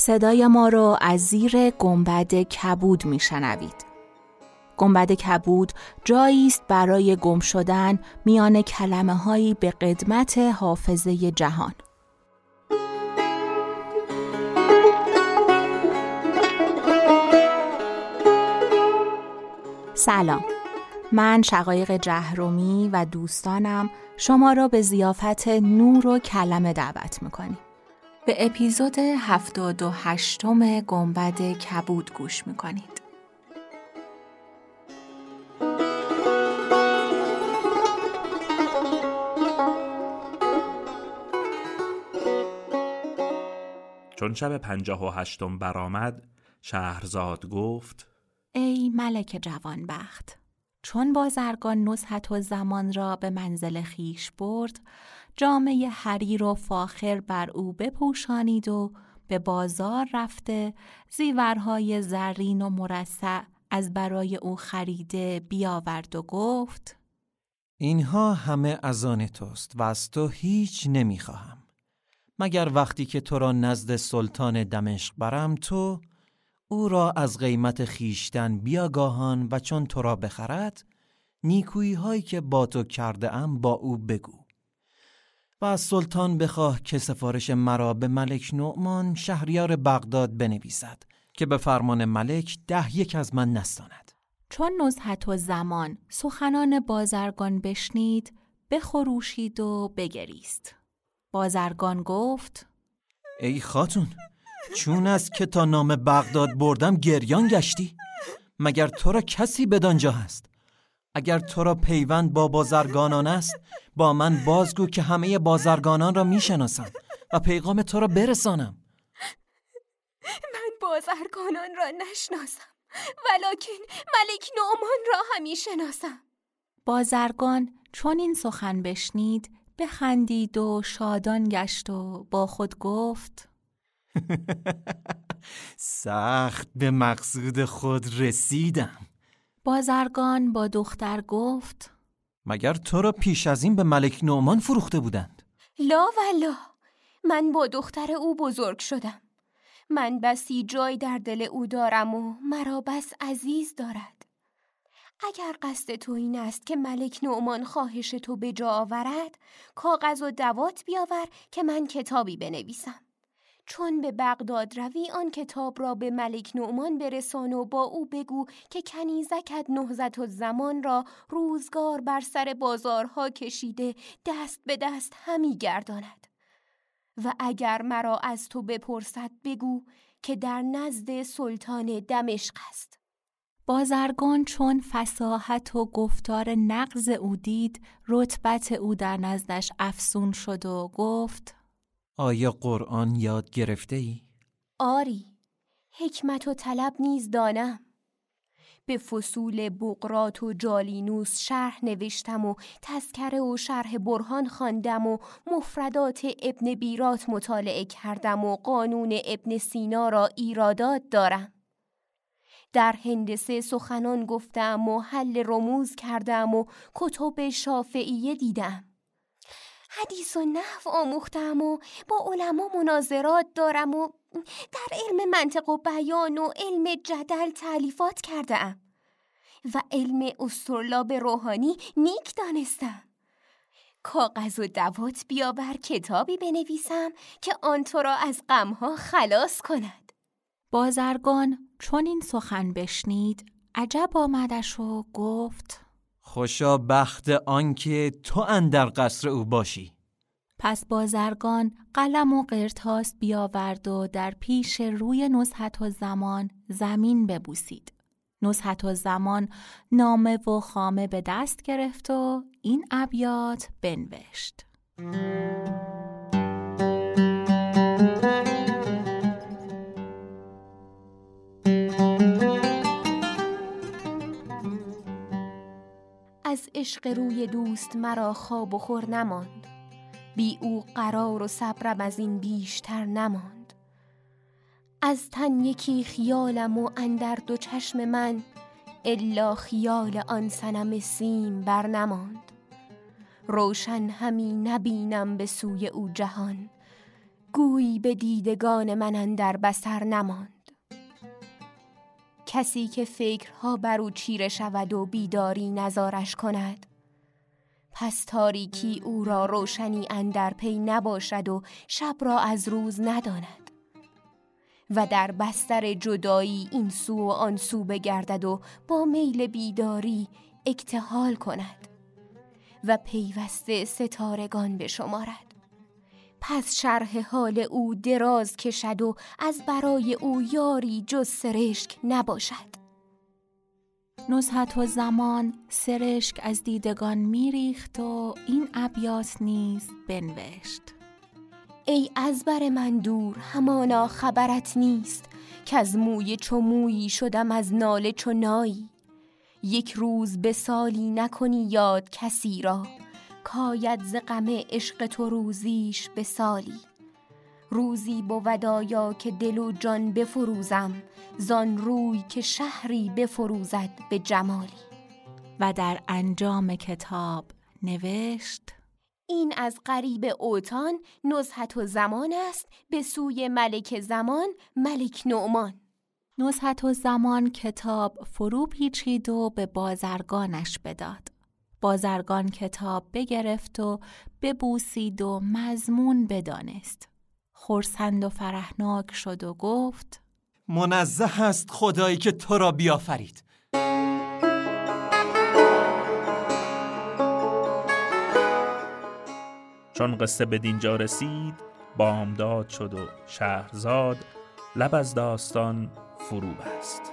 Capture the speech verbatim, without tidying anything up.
صدای ما رو از زیر گنبد کبود میشنوید. گنبد کبود جایی است برای گم شدن میان کلمه هایی به قدمت حافظه جهان. سلام، من شقایق جهرومی و دوستانم شما را به ضیافت نور و کلمه دعوت میکنیم. به اپیزود هفتاد و هشتم گنبد کبود گوش میکنید. چون شب پنجاه و هشتم برآمد، شهرزاد گفت: ای ملک جوانبخت، چون بازرگان نزهت الزمان را به منزل خیش برد، جامه حریر و فاخر بر او بپوشانید و به بازار رفته زیورهای زرین و مرصع از برای او خریده بیاورد و گفت: اینها همه از آن توست و از تو هیچ نمیخواهم، مگر وقتی که تو را نزد سلطان دمشق برم، تو او را از قیمت خیشتن بیاگاهان و چون تو را بخرد، نیکویی هایی که با تو کرده ام با او بگو و از سلطان بخواه که سفارش مرا به ملک نعمان شهریار بغداد بنویسد که به فرمان ملک ده یک از من نستاند. چون نزهت الزمان سخنان بازرگان بشنید، بخروشید و بگریست. بازرگان گفت: ای خاتون، چون از که تا نام بغداد بردم گریان گشتی؟ مگر تو را کسی بدانجا هست؟ اگر تو را پیوند با بازرگانان است، با من بازگو که همه بازرگانان را میشناسم و پیغام تو را برسانم. من بازرگانان را نشناسم، ولکن ملک نعمان را همی شناسم. بازرگان چون این سخن بشنید، بخندید و شادان گشت و با خود گفت: سخت به مقصود خود رسیدم. بازرگان با دختر گفت: مگر تو را پیش از این به ملک نعمان فروخته بودند؟ لا والله، من با دختر او بزرگ شدم. من بسی جای در دل او دارم و مرا بس عزیز دارد. اگر قصد تو این است که ملک نعمان خواهش تو به جا آورد، کاغذ و دوات بیاور که من کتابی بنویسم. چون به بغداد روی، آن کتاب را به ملک نعمان برسان و با او بگو که کنیزکت نهضت الزمان را روزگار بر سر بازارها کشیده دست به دست همی گرداند. و اگر مرا از تو بپرسد، بگو که در نزد سلطان دمشق است. بازرگان چون فصاحت و گفتار نغز او دید، رتبت او در نزدش افزون شد و گفت: آیا قرآن یاد گرفته ای؟ آری، حکمت و طلب نیز دانم. به فصول بقراط و جالینوس شرح نوشتم و تذکره و شرح برهان خواندم و مفردات ابن بیرات مطالعه کردم و قانون ابن سینا را ایرادات دارم. در هندسه سخنان گفتم و حل رموز کردم و کتب شافعیه دیدم. حدیث و نحو آموختم و با علما مناظرات دارم و در علم منطق و بیان و علم جدل تالیفات کردم و علم اسطرلاب روحانی نیک دانستم. کاغذ و دوات بیاور کتابی بنویسم که آن تو را از غمها خلاص کند. بازرگان چون این سخن بشنید، عجب آمدش و گفت: خوشا بخت آن که تو اندر قصر او باشی. پس بازرگان قلم و قرطاس بیاورد و در پیش روی نزهت الزمان زمین ببوسید. نزهت الزمان نامه و خامه به دست گرفت و این ابیات بنوشت: از عشق روی دوست مرا خواب و خور نماند، بی او قرار و صبرم از این بیشتر نماند. از تن یکی خیالم و اندر دو چشم من، الا خیال آن صنم سیم بر نماند. روشن همی نبینم به سوی او جهان، گویی به دیدگان من اندر بصر نماند. کسی که فکرها بر او چیره شود و بیداری نزارش کند، پس تاریکی او را روشنی اندر پی نباشد و شب را از روز نداند و در بستر جدایی این سو و آن سو بگردد و با میل بیداری اکتحال کند و پیوسته ستارگان بشمارد. پس شرح حال او دراز کشد و از برای او یاری جز سرشک نباشد. نزهت‌الزمان سرشک از دیدگان میریخت و این ابیات نیز بنوشت: ای از بر من دور همانا خبرت نیست، که از موی چو مویی شدم از ناله چو نایی. یک روز به سالی نکنی یاد کسی را، کاید ز غم عشق تو روزیش به سالی. روزی بود آیا که دل و جان بفروزم، زان روی که شهری بفروزد به جمالی. و در انجام کتاب نوشت: این از غریب اوطان نزهت‌الزمان است، به سوی ملک زمان ملک نعمان. نزهت‌الزمان کتاب فرو پیچید و به بازرگانش بداد. بازرگان کتاب بگرفت و ببوسید و مضمون بدانست. خرسند و فرحناک شد و گفت: منزه است خدایی که تو را بیافرید. چون قصه به دینجا رسید، بامداد شد و شهرزاد لب از داستان فرو بست.